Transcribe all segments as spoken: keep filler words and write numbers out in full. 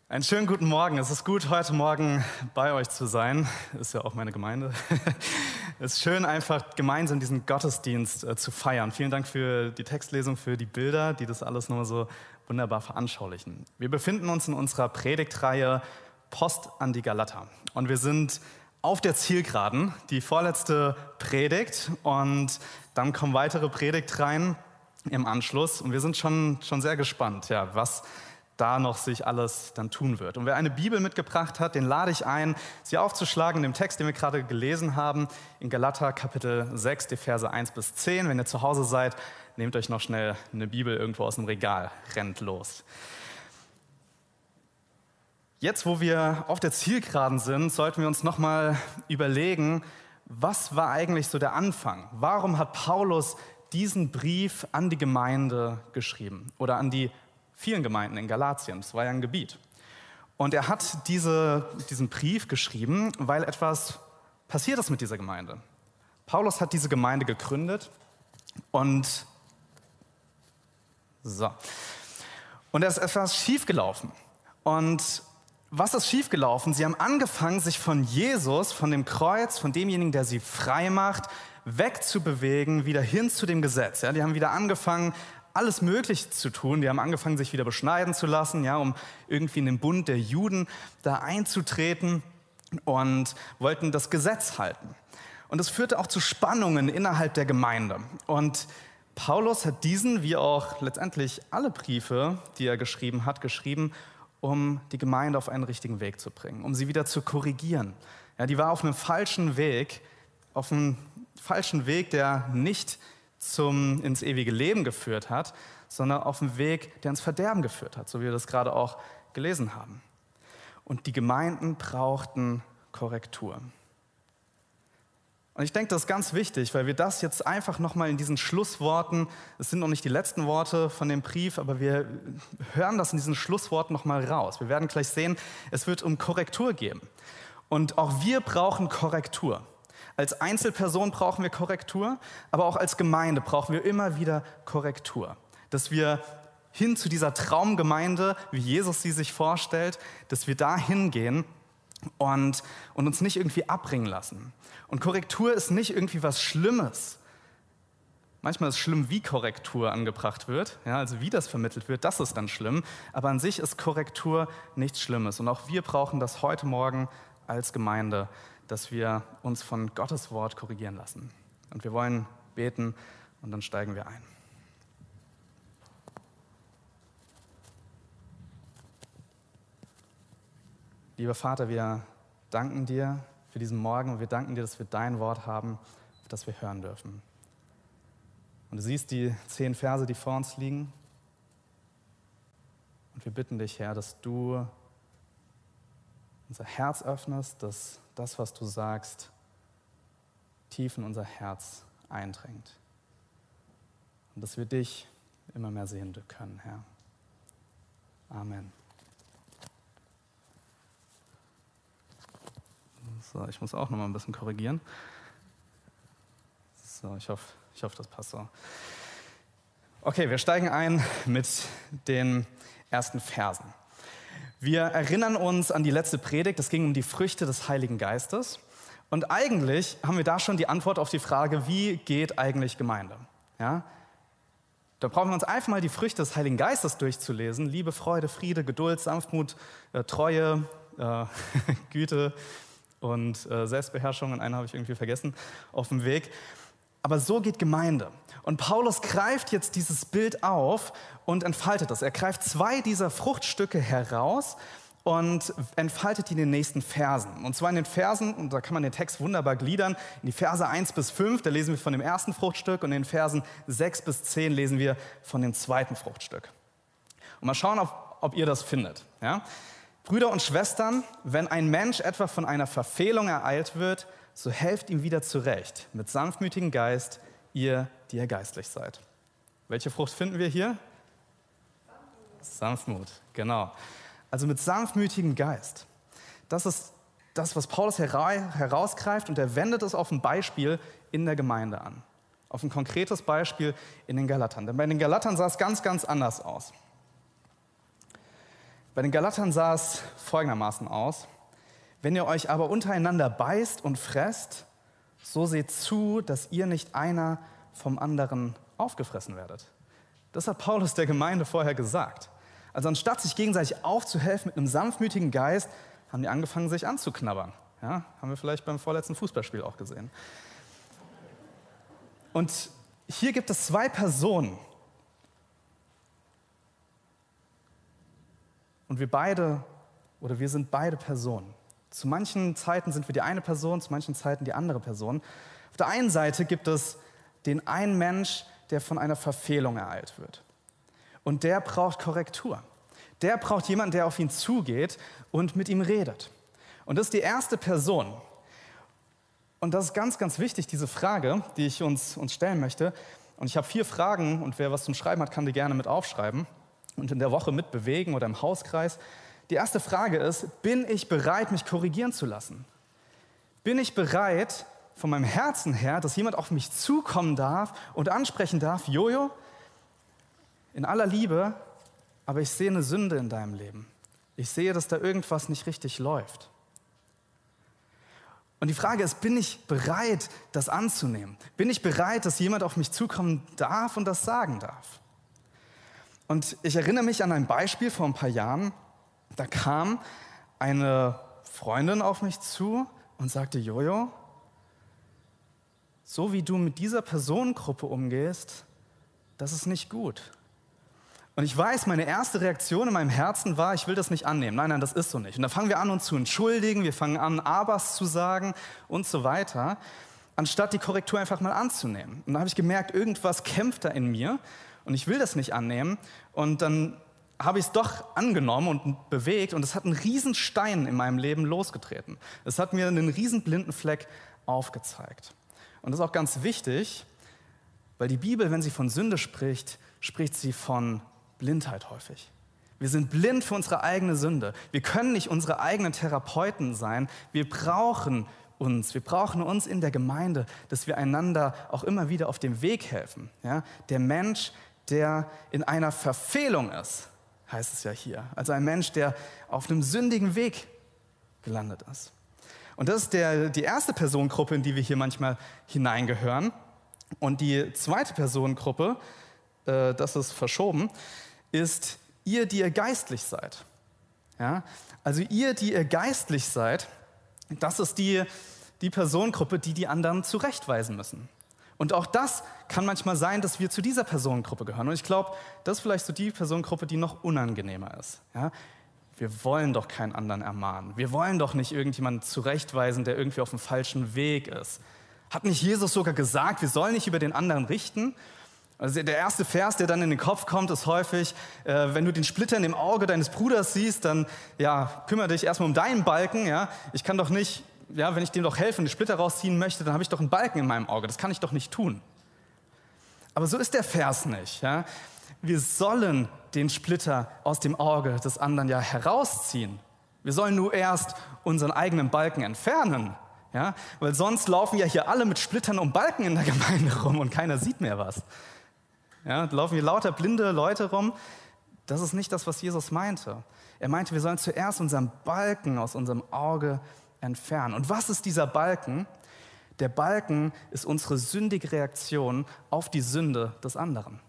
Einen schönen guten Morgen. Es ist gut, heute Morgen bei euch zu sein. Ist ja auch meine Gemeinde. Es ist schön, einfach gemeinsam diesen Gottesdienst äh, zu feiern. Vielen Dank für die Textlesung, für die Bilder, die das alles nochmal so wunderbar veranschaulichen. Wir befinden uns in unserer Predigtreihe Post an die Galater. Und wir sind auf der Zielgeraden, die vorletzte Predigt. Und dann kommen weitere Predigtreihen im Anschluss. Und wir sind schon, schon sehr gespannt, ja, was da noch sich alles dann tun wird. Und wer eine Bibel mitgebracht hat, den lade ich ein, sie aufzuschlagen in dem Text, den wir gerade gelesen haben, in Galater Kapitel sechs, die Verse eins bis zehn. Wenn ihr zu Hause seid, nehmt euch noch schnell eine Bibel irgendwo aus dem Regal, rennt los. Jetzt, wo wir auf der Zielgeraden sind, sollten wir uns nochmal überlegen, was war eigentlich so der Anfang? Warum hat Paulus diesen Brief an die Gemeinde geschrieben oder an die vielen Gemeinden in Galatien? Das war ja ein Gebiet. Und er hat diese, diesen Brief geschrieben, weil etwas passiert ist mit dieser Gemeinde. Paulus hat diese Gemeinde gegründet und so. Und da ist etwas schiefgelaufen. Und was ist schiefgelaufen? Sie haben angefangen, sich von Jesus, von dem Kreuz, von demjenigen, der sie frei macht, wegzubewegen, wieder hin zu dem Gesetz. Ja, die haben wieder angefangen, alles Mögliche zu tun. Die haben angefangen, sich wieder beschneiden zu lassen, ja, um irgendwie in den Bund der Juden da einzutreten und wollten das Gesetz halten. Und das führte auch zu Spannungen innerhalb der Gemeinde. Und Paulus hat diesen, wie auch letztendlich alle Briefe, die er geschrieben hat, geschrieben, um die Gemeinde auf einen richtigen Weg zu bringen, um sie wieder zu korrigieren. Ja, die war auf einem falschen Weg, auf einem falschen Weg, der nicht zum ins ewige Leben geführt hat, sondern auf dem Weg, der ins Verderben geführt hat, so wie wir das gerade auch gelesen haben. Und die Gemeinden brauchten Korrektur. Und ich denke, das ist ganz wichtig, weil wir das jetzt einfach nochmal in diesen Schlussworten, es sind noch nicht die letzten Worte von dem Brief, aber wir hören das in diesen Schlussworten nochmal raus. Wir werden gleich sehen, es wird um Korrektur gehen. Und auch wir brauchen Korrektur. Als Einzelperson brauchen wir Korrektur, aber auch als Gemeinde brauchen wir immer wieder Korrektur. Dass wir hin zu dieser Traumgemeinde, wie Jesus sie sich vorstellt, dass wir da hingehen und, und uns nicht irgendwie abbringen lassen. Und Korrektur ist nicht irgendwie was Schlimmes. Manchmal ist es schlimm, wie Korrektur angebracht wird, ja, also wie das vermittelt wird, das ist dann schlimm. Aber an sich ist Korrektur nichts Schlimmes. Und auch wir brauchen das heute Morgen als Gemeinde, dass wir uns von Gottes Wort korrigieren lassen. Und wir wollen beten und dann steigen wir ein. Lieber Vater, wir danken dir für diesen Morgen und wir danken dir, dass wir dein Wort haben, auf das wir hören dürfen. Und du siehst die zehn Verse, die vor uns liegen. Und wir bitten dich, Herr, dass du unser Herz öffnest, dass das, was du sagst, tief in unser Herz eindringt. Und dass wir dich immer mehr sehen können, Herr. Amen. So, ich muss auch noch mal ein bisschen korrigieren. So, ich hoffe, ich hoffe, das passt so. Okay, wir steigen ein mit den ersten Versen. Wir erinnern uns an die letzte Predigt, es ging um die Früchte des Heiligen Geistes. Und eigentlich haben wir da schon die Antwort auf die Frage, wie geht eigentlich Gemeinde? Ja? Da brauchen wir uns einfach mal die Früchte des Heiligen Geistes durchzulesen. Liebe, Freude, Friede, Geduld, Sanftmut, äh, Treue, äh, Güte und äh, Selbstbeherrschung. Und einen habe ich irgendwie vergessen auf dem Weg. Aber so geht Gemeinde. Und Paulus greift jetzt dieses Bild auf und entfaltet das. Er greift zwei dieser Fruchtstücke heraus und entfaltet die in den nächsten Versen. Und zwar in den Versen, und da kann man den Text wunderbar gliedern, in die Verse eins bis fünf, da lesen wir von dem ersten Fruchtstück, und in den Versen sechs bis zehn lesen wir von dem zweiten Fruchtstück. Und mal schauen, ob, ob ihr das findet. Ja? Brüder und Schwestern, wenn ein Mensch etwa von einer Verfehlung ereilt wird, so helft ihm wieder zurecht, mit sanftmütigem Geist, ihr, die ihr geistlich seid. Welche Frucht finden wir hier? Sanftmut, Sanftmut, genau. Also mit sanftmütigem Geist. Das ist das, was Paulus herausgreift, und er wendet es auf ein Beispiel in der Gemeinde an. Auf ein konkretes Beispiel in den Galatern. Denn bei den Galatern sah es ganz, ganz anders aus. Bei den Galatern sah es folgendermaßen aus: Wenn ihr euch aber untereinander beißt und fresst, so seht zu, dass ihr nicht einer vom anderen aufgefressen werdet. Das hat Paulus der Gemeinde vorher gesagt. Also anstatt sich gegenseitig aufzuhelfen mit einem sanftmütigen Geist, haben die angefangen, sich anzuknabbern. Ja, haben wir vielleicht beim vorletzten Fußballspiel auch gesehen. Und hier gibt es zwei Personen. Und wir beide, oder wir sind beide Personen. Zu manchen Zeiten sind wir die eine Person, zu manchen Zeiten die andere Person. Auf der einen Seite gibt es den einen Mensch, der von einer Verfehlung ereilt wird. Und der braucht Korrektur. Der braucht jemanden, der auf ihn zugeht und mit ihm redet. Und das ist die erste Person. Und das ist ganz, ganz wichtig, diese Frage, die ich uns, uns stellen möchte. Und ich habe vier Fragen, und wer was zum Schreiben hat, kann die gerne mit aufschreiben und in der Woche mitbewegen oder im Hauskreis. Die erste Frage ist: Bin ich bereit, mich korrigieren zu lassen? Bin ich bereit, von meinem Herzen her, dass jemand auf mich zukommen darf und ansprechen darf: Jojo, in aller Liebe, aber ich sehe eine Sünde in deinem Leben. Ich sehe, dass da irgendwas nicht richtig läuft. Und die Frage ist: Bin ich bereit, das anzunehmen? Bin ich bereit, dass jemand auf mich zukommen darf und das sagen darf? Und ich erinnere mich an ein Beispiel vor ein paar Jahren. Da kam eine Freundin auf mich zu und sagte: Jojo, so wie du mit dieser Personengruppe umgehst, das ist nicht gut. Und ich weiß, meine erste Reaktion in meinem Herzen war: Ich will das nicht annehmen. Nein, nein, das ist so nicht. Und da fangen wir an, uns zu entschuldigen, wir fangen an, Abers zu sagen und so weiter, anstatt die Korrektur einfach mal anzunehmen. Und da habe ich gemerkt, irgendwas kämpft da in mir und ich will das nicht annehmen. Und dann habe ich es doch angenommen und bewegt, und es hat einen riesen Stein in meinem Leben losgetreten. Es hat mir einen riesen blinden Fleck aufgezeigt. Und das ist auch ganz wichtig, weil die Bibel, wenn sie von Sünde spricht, spricht sie von Blindheit häufig. Wir sind blind für unsere eigene Sünde. Wir können nicht unsere eigenen Therapeuten sein. Wir brauchen uns, wir brauchen uns in der Gemeinde, dass wir einander auch immer wieder auf dem Weg helfen. Ja? Der Mensch, der in einer Verfehlung ist, heißt es ja hier. Also ein Mensch, der auf einem sündigen Weg gelandet ist. Und das ist der, die erste Personengruppe, in die wir hier manchmal hineingehören. Und die zweite Personengruppe, äh, das ist verschoben, ist ihr, die ihr geistlich seid. Ja? Also ihr, die ihr geistlich seid, das ist die, die Personengruppe, die die anderen zurechtweisen müssen. Und auch das kann manchmal sein, dass wir zu dieser Personengruppe gehören. Und ich glaube, das ist vielleicht so die Personengruppe, die noch unangenehmer ist. Ja? Wir wollen doch keinen anderen ermahnen. Wir wollen doch nicht irgendjemanden zurechtweisen, der irgendwie auf dem falschen Weg ist. Hat nicht Jesus sogar gesagt, wir sollen nicht über den anderen richten? Also der erste Vers, der dann in den Kopf kommt, ist häufig: äh, Wenn du den Splitter in dem Auge deines Bruders siehst, dann ja, kümmere dich erstmal um deinen Balken. Ja? Ich kann doch nicht, ja, wenn ich dem doch helfe und den Splitter rausziehen möchte, dann habe ich doch einen Balken in meinem Auge. Das kann ich doch nicht tun. Aber so ist der Vers nicht. Ja? Wir sollen den Splitter aus dem Auge des anderen ja herausziehen. Wir sollen nur erst unseren eigenen Balken entfernen. Ja? Weil sonst laufen ja hier alle mit Splittern um Balken in der Gemeinde rum und keiner sieht mehr was. Ja, da laufen hier lauter blinde Leute rum. Das ist nicht das, was Jesus meinte. Er meinte, wir sollen zuerst unseren Balken aus unserem Auge entfernen. Und was ist dieser Balken? Der Balken ist unsere sündige Reaktion auf die Sünde des anderen.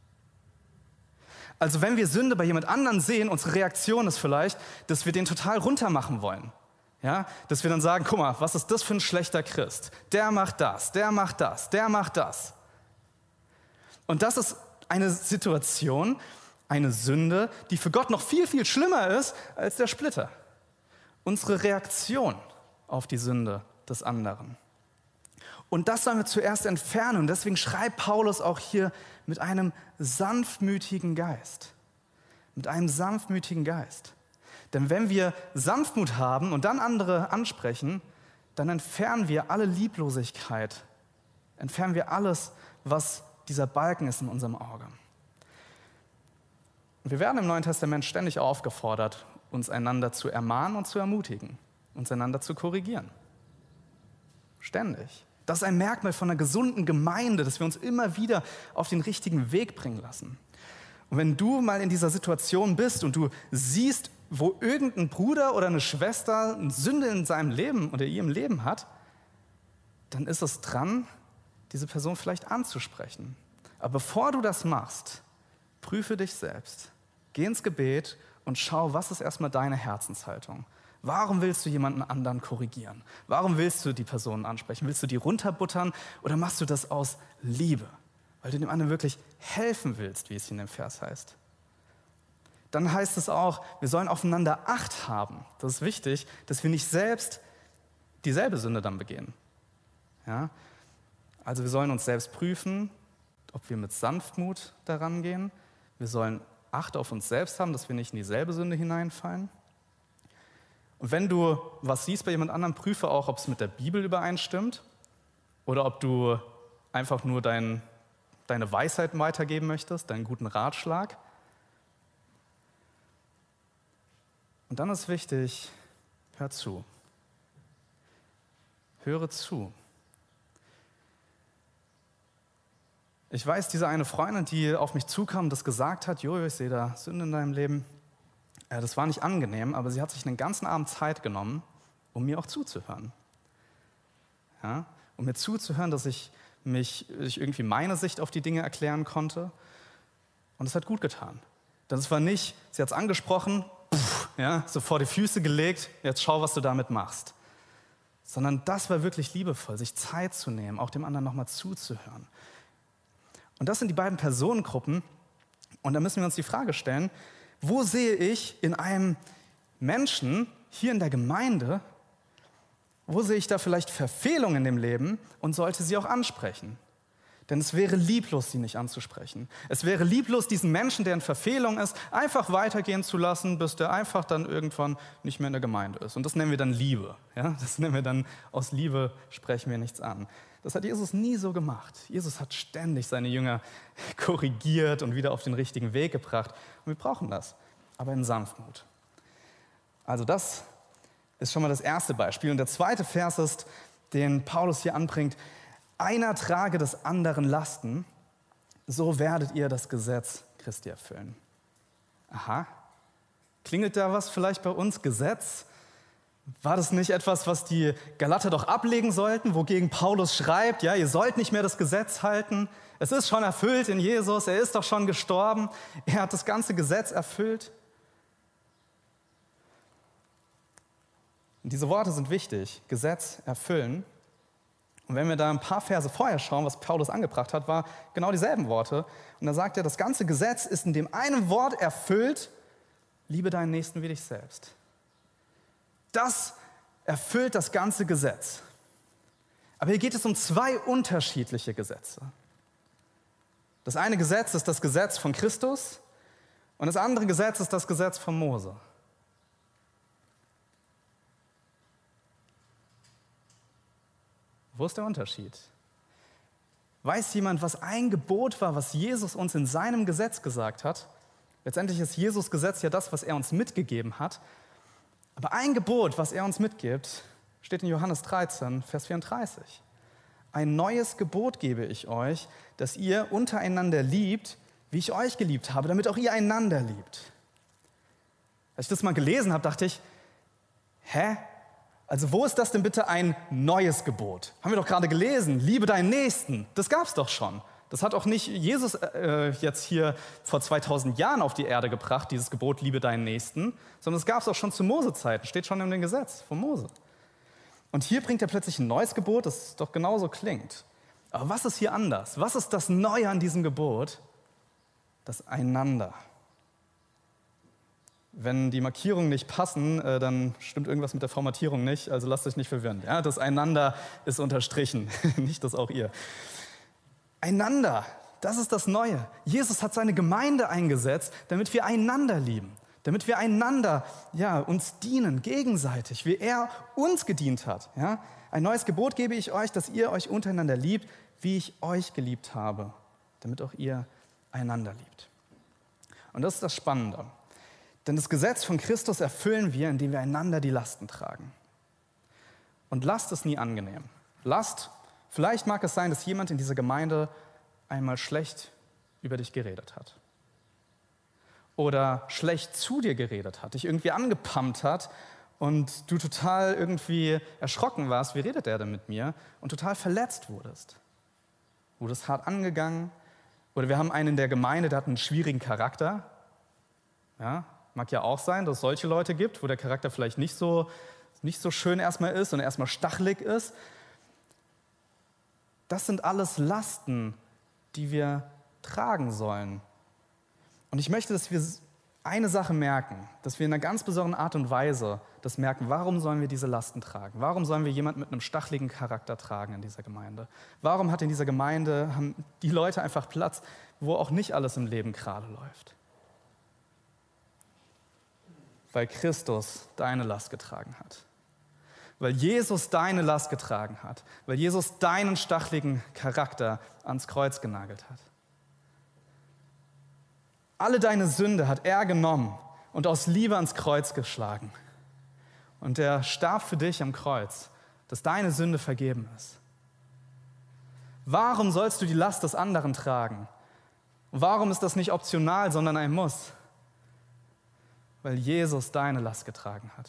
Also wenn wir Sünde bei jemand anderem sehen, unsere Reaktion ist vielleicht, dass wir den total runtermachen wollen. Ja, dass wir dann sagen: Guck mal, was ist das für ein schlechter Christ? Der macht das, der macht das, der macht das. Und das ist eine Situation, eine Sünde, die für Gott noch viel, viel schlimmer ist als der Splitter. Unsere Reaktion auf die Sünde des anderen. Und das sollen wir zuerst entfernen. Und deswegen schreibt Paulus auch hier: mit einem sanftmütigen Geist. Mit einem sanftmütigen Geist. Denn wenn wir Sanftmut haben und dann andere ansprechen, dann entfernen wir alle Lieblosigkeit, entfernen wir alles, was dieser Balken ist in unserem Auge. Und wir werden im Neuen Testament ständig aufgefordert, uns einander zu ermahnen und zu ermutigen, uns einander zu korrigieren. Ständig. Das ist ein Merkmal von einer gesunden Gemeinde, dass wir uns immer wieder auf den richtigen Weg bringen lassen. Und wenn du mal in dieser Situation bist und du siehst wo irgendein Bruder oder eine Schwester eine Sünde in seinem Leben oder ihrem Leben hat, dann ist es dran, diese Person vielleicht anzusprechen. Aber bevor du das machst, prüfe dich selbst. Geh ins Gebet und schau, was ist erstmal deine Herzenshaltung. Warum willst du jemanden anderen korrigieren? Warum willst du die Person ansprechen? Willst du die runterbuttern oder machst du das aus Liebe? Weil du dem anderen wirklich helfen willst, wie es in dem Vers heißt. Dann heißt es auch, wir sollen aufeinander Acht haben. Das ist wichtig, dass wir nicht selbst dieselbe Sünde dann begehen. Ja? Also wir sollen uns selbst prüfen, ob wir mit Sanftmut daran gehen. Wir sollen Acht auf uns selbst haben, dass wir nicht in dieselbe Sünde hineinfallen. Und wenn du was siehst bei jemand anderem, prüfe auch, ob es mit der Bibel übereinstimmt oder ob du einfach nur dein, deine Weisheit weitergeben möchtest, deinen guten Ratschlag. Und dann ist wichtig, hör zu. Höre zu. Ich weiß, diese eine Freundin, die auf mich zukam und das gesagt hat, Jojo, ich sehe da Sünde in deinem Leben. Ja, das war nicht angenehm, aber sie hat sich einen ganzen Abend Zeit genommen, um mir auch zuzuhören. Ja, um mir zuzuhören, dass ich mich ich irgendwie meine Sicht auf die Dinge erklären konnte. Und es hat gut getan. Das war nicht, sie hat es angesprochen, pff, ja, so vor die Füße gelegt, jetzt schau, was du damit machst. Sondern das war wirklich liebevoll, sich Zeit zu nehmen, auch dem anderen nochmal zuzuhören. Und das sind die beiden Personengruppen. Und da müssen wir uns die Frage stellen, wo sehe ich in einem Menschen hier in der Gemeinde, wo sehe ich da vielleicht Verfehlungen in dem Leben und sollte sie auch ansprechen? Denn es wäre lieblos, sie nicht anzusprechen. Es wäre lieblos, diesen Menschen, der in Verfehlung ist, einfach weitergehen zu lassen, bis der einfach dann irgendwann nicht mehr in der Gemeinde ist. Und das nennen wir dann Liebe. Ja? Das nennen wir dann, aus Liebe sprechen wir nichts an. Das hat Jesus nie so gemacht. Jesus hat ständig seine Jünger korrigiert und wieder auf den richtigen Weg gebracht. Und wir brauchen das, aber in Sanftmut. Also das ist schon mal das erste Beispiel. Und der zweite Vers ist, den Paulus hier anbringt, einer trage des anderen Lasten, so werdet ihr das Gesetz Christi erfüllen. Aha, klingelt da was vielleicht bei uns, Gesetz? War das nicht etwas, was die Galater doch ablegen sollten, wogegen Paulus schreibt, ja, ihr sollt nicht mehr das Gesetz halten, es ist schon erfüllt in Jesus, er ist doch schon gestorben, er hat das ganze Gesetz erfüllt. Und diese Worte sind wichtig, Gesetz erfüllen. Und wenn wir da ein paar Verse vorher schauen, was Paulus angebracht hat, war genau dieselben Worte. Und da sagt er, das ganze Gesetz ist in dem einen Wort erfüllt, liebe deinen Nächsten wie dich selbst. Das erfüllt das ganze Gesetz. Aber hier geht es um zwei unterschiedliche Gesetze. Das eine Gesetz ist das Gesetz von Christus und das andere Gesetz ist das Gesetz von Mose. Wo ist der Unterschied? Weiß jemand, was ein Gebot war, was Jesus uns in seinem Gesetz gesagt hat? Letztendlich ist Jesus Gesetz ja das, was er uns mitgegeben hat. Aber ein Gebot, was er uns mitgibt, steht in Johannes dreizehn, Vers vierunddreißig. Ein neues Gebot gebe ich euch, dass ihr untereinander liebt, wie ich euch geliebt habe, damit auch ihr einander liebt. Als ich das mal gelesen habe, dachte ich, hä? Also wo ist das denn bitte ein neues Gebot? Haben wir doch gerade gelesen, liebe deinen Nächsten. Das gab es doch schon. Das hat auch nicht Jesus äh, jetzt hier vor zweitausend Jahren auf die Erde gebracht, dieses Gebot, liebe deinen Nächsten, sondern es gab es auch schon zu Mose-Zeiten, steht schon in dem Gesetz von Mose. Und hier bringt er plötzlich ein neues Gebot, das doch genauso klingt. Aber was ist hier anders? Was ist das Neue an diesem Gebot? Das Einander. Wenn die Markierungen nicht passen, äh, dann stimmt irgendwas mit der Formatierung nicht, also lasst euch nicht verwirren. Ja, das Einander ist unterstrichen, nicht das auch ihr. Einander, das ist das Neue. Jesus hat seine Gemeinde eingesetzt, damit wir einander lieben, damit wir einander ja, uns dienen, gegenseitig, wie er uns gedient hat. Ja? Ein neues Gebot gebe ich euch, dass ihr euch untereinander liebt, wie ich euch geliebt habe, damit auch ihr einander liebt. Und das ist das Spannende. Denn das Gesetz von Christus erfüllen wir, indem wir einander die Lasten tragen. Und Last ist nie angenehm. Last, vielleicht mag es sein, dass jemand in dieser Gemeinde einmal schlecht über dich geredet hat. oder schlecht zu dir geredet hat, dich irgendwie angepammt hat und du total irgendwie erschrocken warst, wie redet er denn mit mir, und total verletzt wurdest. Wurdest hart angegangen. Oder wir haben einen in der Gemeinde, der hat einen schwierigen Charakter. Ja, mag ja auch sein, dass es solche Leute gibt, wo der Charakter vielleicht nicht so, nicht so schön erstmal ist und erstmal stachelig ist. Das sind alles Lasten, die wir tragen sollen. Und ich möchte, dass wir eine Sache merken, dass wir in einer ganz besonderen Art und Weise das merken. Warum sollen wir diese Lasten tragen? Warum sollen wir jemanden mit einem stacheligen Charakter tragen in dieser Gemeinde? Warum hat in dieser Gemeinde, haben die Leute einfach Platz, wo auch nicht alles im Leben gerade läuft? Weil Christus deine Last getragen hat. Weil Jesus deine Last getragen hat. Weil Jesus deinen stacheligen Charakter ans Kreuz genagelt hat. Alle deine Sünde hat er genommen und aus Liebe ans Kreuz geschlagen. Und er starb für dich am Kreuz, dass deine Sünde vergeben ist. Warum sollst du die Last des anderen tragen? Warum ist das nicht optional, sondern ein Muss? Weil Jesus deine Last getragen hat.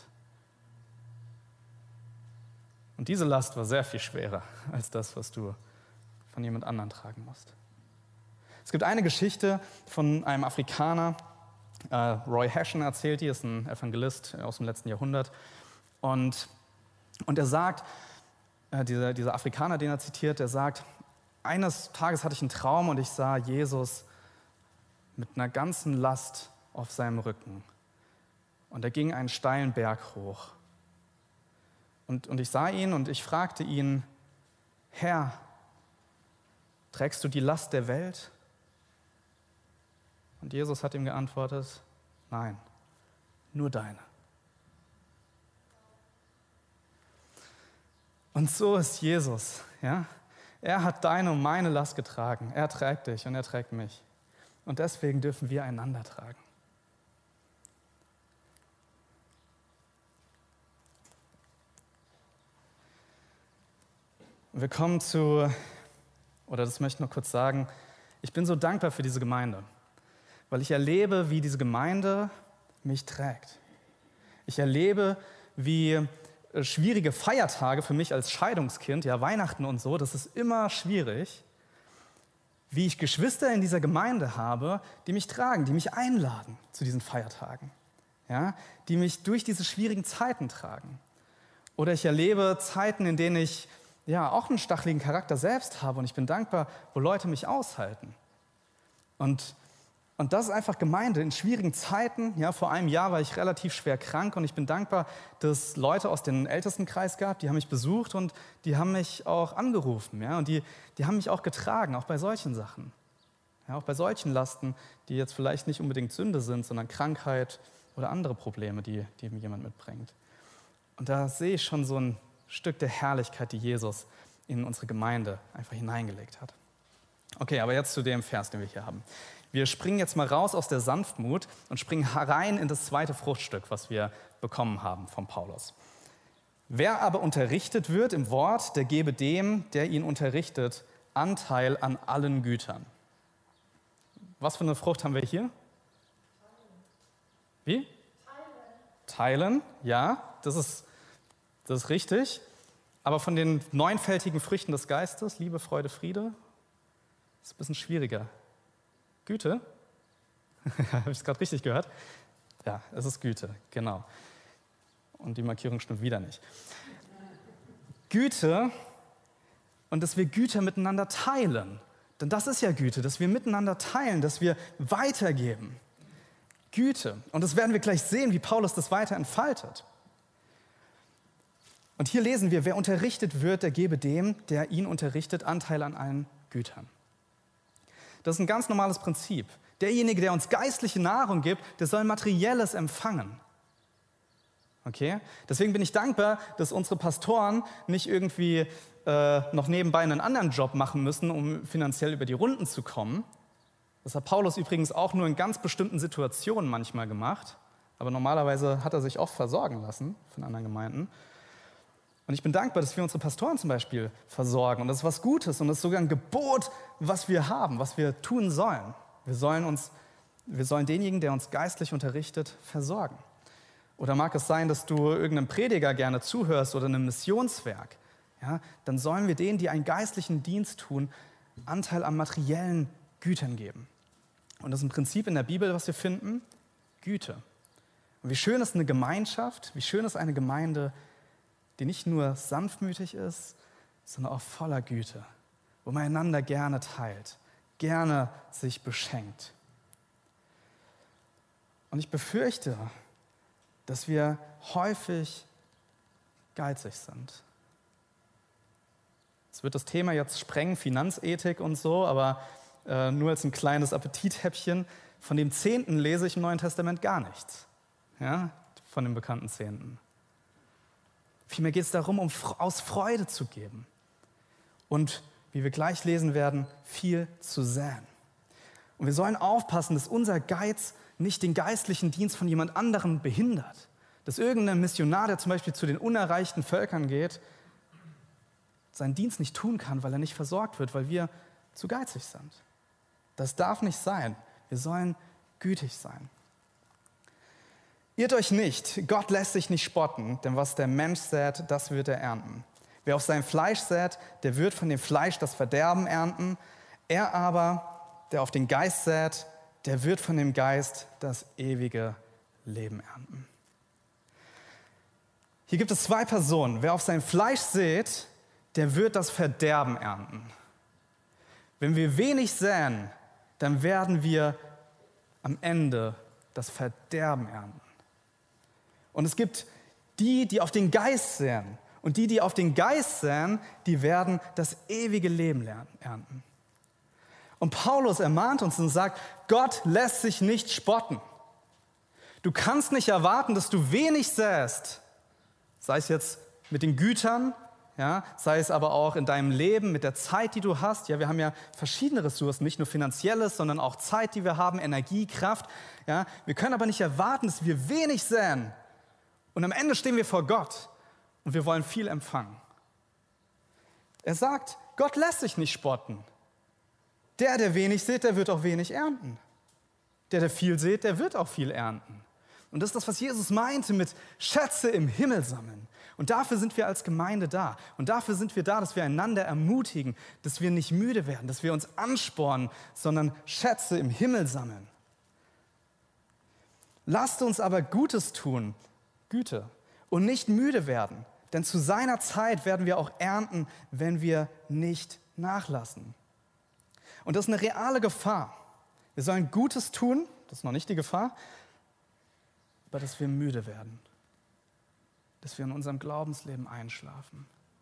Und diese Last war sehr viel schwerer als das, was du von jemand anderem tragen musst. Es gibt eine Geschichte von einem Afrikaner, äh, Roy Hession erzählt die, ist ein Evangelist aus dem letzten Jahrhundert. Und, und er sagt, äh, dieser, dieser Afrikaner, den er zitiert, der sagt, eines Tages hatte ich einen Traum und ich sah Jesus mit einer ganzen Last auf seinem Rücken. Und er ging einen steilen Berg hoch. Und, und ich sah ihn und ich fragte ihn, Herr, trägst du die Last der Welt? Und Jesus hat ihm geantwortet, nein, nur deine. Und so ist Jesus. Ja? Er hat deine und meine Last getragen. Er trägt dich und er trägt mich. Und deswegen dürfen wir einander tragen. Wir kommen zu, oder das möchte ich noch kurz sagen, ich bin so dankbar für diese Gemeinde, weil ich erlebe, wie diese Gemeinde mich trägt. Ich erlebe, wie schwierige Feiertage für mich als Scheidungskind, ja Weihnachten und so, das ist immer schwierig, wie ich Geschwister in dieser Gemeinde habe, die mich tragen, die mich einladen zu diesen Feiertagen, ja, die mich durch diese schwierigen Zeiten tragen. Oder ich erlebe Zeiten, in denen ich ja auch einen stacheligen Charakter selbst habe und ich bin dankbar, wo Leute mich aushalten. Und Und das ist einfach Gemeinde in schwierigen Zeiten. Ja, vor einem Jahr war ich relativ schwer krank und ich bin dankbar, dass es Leute aus dem Ältestenkreis gab, die haben mich besucht und die haben mich auch angerufen. Ja, und die, die haben mich auch getragen, auch bei solchen Sachen. Ja, auch bei solchen Lasten, die jetzt vielleicht nicht unbedingt Sünde sind, sondern Krankheit oder andere Probleme, die, die jemand mitbringt. Und da sehe ich schon so ein Stück der Herrlichkeit, die Jesus in unsere Gemeinde einfach hineingelegt hat. Okay, aber jetzt zu dem Vers, den wir hier haben. Wir springen jetzt mal raus aus der Sanftmut und springen rein in das zweite Fruchtstück, was wir bekommen haben von Paulus. Wer aber unterrichtet wird im Wort, der gebe dem, der ihn unterrichtet, Anteil an allen Gütern. Was für eine Frucht haben wir hier? Wie? Teilen. Teilen, ja, das ist, das ist richtig. Aber von den neunfältigen Früchten des Geistes, Liebe, Freude, Friede, ist ein bisschen schwieriger. Güte? Habe ich es gerade richtig gehört? Ja, es ist Güte, genau. Und die Markierung stimmt wieder nicht. Güte und dass wir Güter miteinander teilen. Denn das ist ja Güte, dass wir miteinander teilen, dass wir weitergeben. Güte. Und das werden wir gleich sehen, wie Paulus das weiter entfaltet. Und hier lesen wir, wer unterrichtet wird, der gebe dem, der ihn unterrichtet, Anteil an allen Gütern. Das ist ein ganz normales Prinzip. Derjenige, der uns geistliche Nahrung gibt, der soll Materielles empfangen. Okay? Deswegen bin ich dankbar, dass unsere Pastoren nicht irgendwie äh, noch nebenbei einen anderen Job machen müssen, um finanziell über die Runden zu kommen. Das hat Paulus übrigens auch nur in ganz bestimmten Situationen manchmal gemacht. Aber normalerweise hat er sich oft versorgen lassen von anderen Gemeinden. Und ich bin dankbar, dass wir unsere Pastoren zum Beispiel versorgen. Und das ist was Gutes und das ist sogar ein Gebot, was wir haben, was wir tun sollen. Wir sollen uns Wir sollen denjenigen, der uns geistlich unterrichtet, versorgen. Oder mag es sein, dass du irgendeinem Prediger gerne zuhörst oder einem Missionswerk? Ja, dann sollen wir denen, die einen geistlichen Dienst tun, Anteil an materiellen Gütern geben. Und das ist ein Prinzip in der Bibel, was wir finden: Güte. Und wie schön ist eine Gemeinschaft, wie schön ist eine Gemeinde, die nicht nur sanftmütig ist, sondern auch voller Güte, wo man einander gerne teilt, gerne sich beschenkt. Und ich befürchte, dass wir häufig geizig sind. Es wird das Thema jetzt sprengen, Finanzethik und so, aber äh, nur als ein kleines Appetithäppchen. Von dem Zehnten lese ich im Neuen Testament gar nichts. Ja, von dem bekannten Zehnten. Vielmehr geht es darum, um aus Freude zu geben. Und, wie wir gleich lesen werden, viel zu säen. Und wir sollen aufpassen, dass unser Geiz nicht den geistlichen Dienst von jemand anderem behindert. Dass irgendein Missionar, der zum Beispiel zu den unerreichten Völkern geht, seinen Dienst nicht tun kann, weil er nicht versorgt wird, weil wir zu geizig sind. Das darf nicht sein. Wir sollen gütig sein. Irrt euch nicht, Gott lässt sich nicht spotten, denn was der Mensch sät, das wird er ernten. Wer auf sein Fleisch sät, der wird von dem Fleisch das Verderben ernten. Er aber, der auf den Geist sät, der wird von dem Geist das ewige Leben ernten. Hier gibt es zwei Personen. Wer auf sein Fleisch sät, der wird das Verderben ernten. Wenn wir wenig säen, dann werden wir am Ende das Verderben ernten. Und es gibt die, die auf den Geist säen. Und die, die auf den Geist säen, die werden das ewige Leben ernten. Und Paulus ermahnt uns und sagt, Gott lässt sich nicht spotten. Du kannst nicht erwarten, dass du wenig säst, sei es jetzt mit den Gütern, ja, sei es aber auch in deinem Leben, mit der Zeit, die du hast. Ja, wir haben ja verschiedene Ressourcen, nicht nur finanzielles, sondern auch Zeit, die wir haben, Energie, Kraft. Ja, wir können aber nicht erwarten, dass wir wenig säen. Und am Ende stehen wir vor Gott und wir wollen viel empfangen. Er sagt, Gott lässt sich nicht spotten. Der, der wenig sät, der wird auch wenig ernten. Der, der viel sät, der wird auch viel ernten. Und das ist das, was Jesus meinte mit Schätze im Himmel sammeln. Und dafür sind wir als Gemeinde da. Und dafür sind wir da, dass wir einander ermutigen, dass wir nicht müde werden, dass wir uns anspornen, sondern Schätze im Himmel sammeln. Lasst uns aber Gutes tun, Güte, und nicht müde werden. Denn zu seiner Zeit werden wir auch ernten, wenn wir nicht nachlassen. Und das ist eine reale Gefahr. Wir sollen Gutes tun, das ist noch nicht die Gefahr, aber dass wir müde werden. Dass wir in unserem Glaubensleben einschlafen.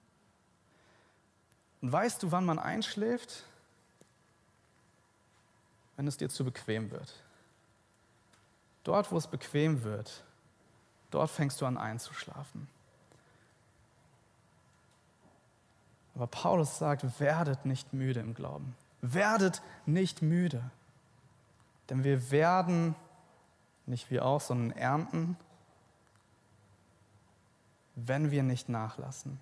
Und weißt du, wann man einschläft? Wenn es dir zu bequem wird. Dort, wo es bequem wird, dort fängst du an einzuschlafen. Aber Paulus sagt, werdet nicht müde im Glauben. Werdet nicht müde. Denn wir werden nicht wie auch, sondern ernten, wenn wir nicht nachlassen.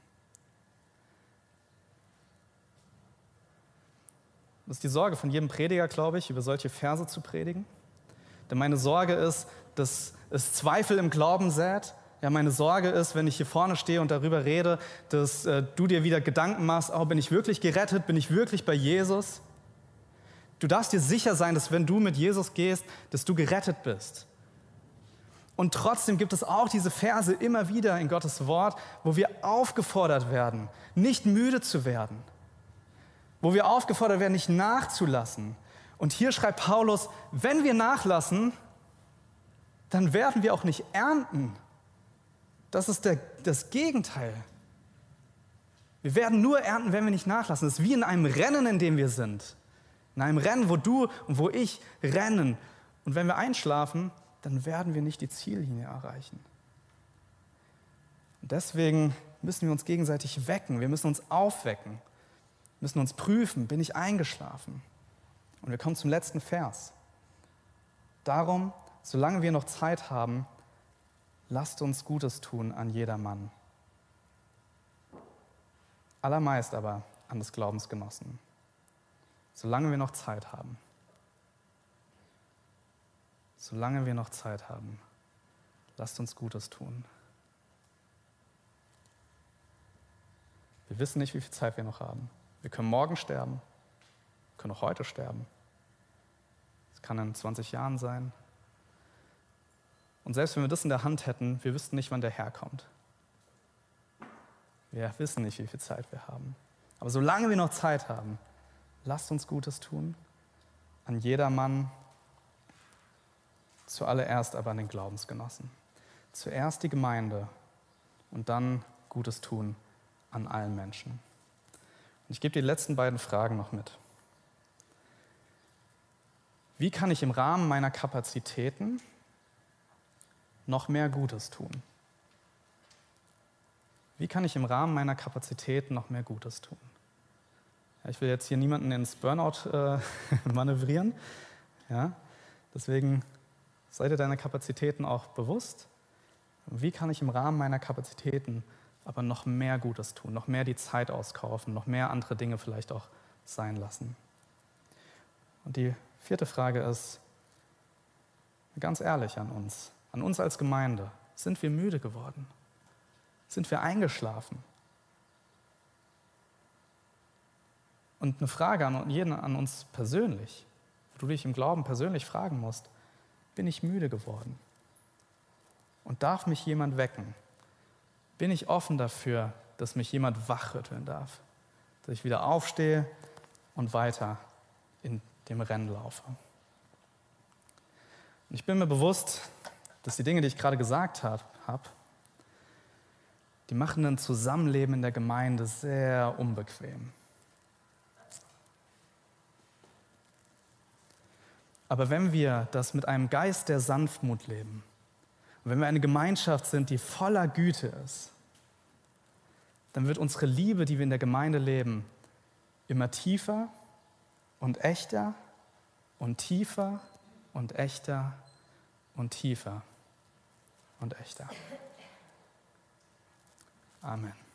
Das ist die Sorge von jedem Prediger, glaube ich, über solche Verse zu predigen. Denn meine Sorge ist, dass es Zweifel im Glauben sät. Ja, meine Sorge ist, wenn ich hier vorne stehe und darüber rede, dass äh, du dir wieder Gedanken machst, oh, bin ich wirklich gerettet, bin ich wirklich bei Jesus? Du darfst dir sicher sein, dass wenn du mit Jesus gehst, dass du gerettet bist. Und trotzdem gibt es auch diese Verse immer wieder in Gottes Wort, wo wir aufgefordert werden, nicht müde zu werden. Wo wir aufgefordert werden, nicht nachzulassen. Und hier schreibt Paulus, wenn wir nachlassen, dann werden wir auch nicht ernten. Das ist der, das Gegenteil. Wir werden nur ernten, wenn wir nicht nachlassen. Das ist wie in einem Rennen, in dem wir sind. In einem Rennen, wo du und wo ich rennen. Und wenn wir einschlafen, dann werden wir nicht die Ziellinie erreichen. Und deswegen müssen wir uns gegenseitig wecken. Wir müssen uns aufwecken. Wir müssen uns prüfen, bin ich eingeschlafen? Und wir kommen zum letzten Vers. Darum, solange wir noch Zeit haben, lasst uns Gutes tun an jedermann. Allermeist aber an des Glaubensgenossen. Solange wir noch Zeit haben. solange wir noch Zeit haben, lasst uns Gutes tun. Wir wissen nicht, wie viel Zeit wir noch haben. Wir können morgen sterben, wir können auch heute sterben. Es kann in zwanzig Jahren sein. Und selbst wenn wir das in der Hand hätten, wir wüssten nicht, wann der Herr kommt. Wir wissen nicht, wie viel Zeit wir haben. Aber solange wir noch Zeit haben, lasst uns Gutes tun. An jedermann, zuallererst aber an den Glaubensgenossen. Zuerst die Gemeinde und dann Gutes tun an allen Menschen. Und ich gebe die letzten beiden Fragen noch mit. Wie kann ich im Rahmen meiner Kapazitäten noch mehr Gutes tun? Wie kann ich im Rahmen meiner Kapazitäten noch mehr Gutes tun? Ja, ich will jetzt hier niemanden ins Burnout äh, manövrieren. Ja, deswegen sei dir deiner Kapazitäten auch bewusst. Wie kann ich im Rahmen meiner Kapazitäten aber noch mehr Gutes tun, noch mehr die Zeit auskaufen, noch mehr andere Dinge vielleicht auch sein lassen? Und die vierte Frage ist, ganz ehrlich an uns, an uns als Gemeinde, sind wir müde geworden? Sind wir eingeschlafen? Und eine Frage an jeden, an uns persönlich, wo du dich im Glauben persönlich fragen musst, bin ich müde geworden? Und darf mich jemand wecken? Bin ich offen dafür, dass mich jemand wachrütteln darf? Dass ich wieder aufstehe und weiter in dem Rennen laufe? Und ich bin mir bewusst, dass die Dinge, die ich gerade gesagt habe, die machen ein Zusammenleben in der Gemeinde sehr unbequem. Aber wenn wir das mit einem Geist der Sanftmut leben, und wenn wir eine Gemeinschaft sind, die voller Güte ist, dann wird unsere Liebe, die wir in der Gemeinde leben, immer tiefer und echter und tiefer und echter und tiefer und echter. Amen.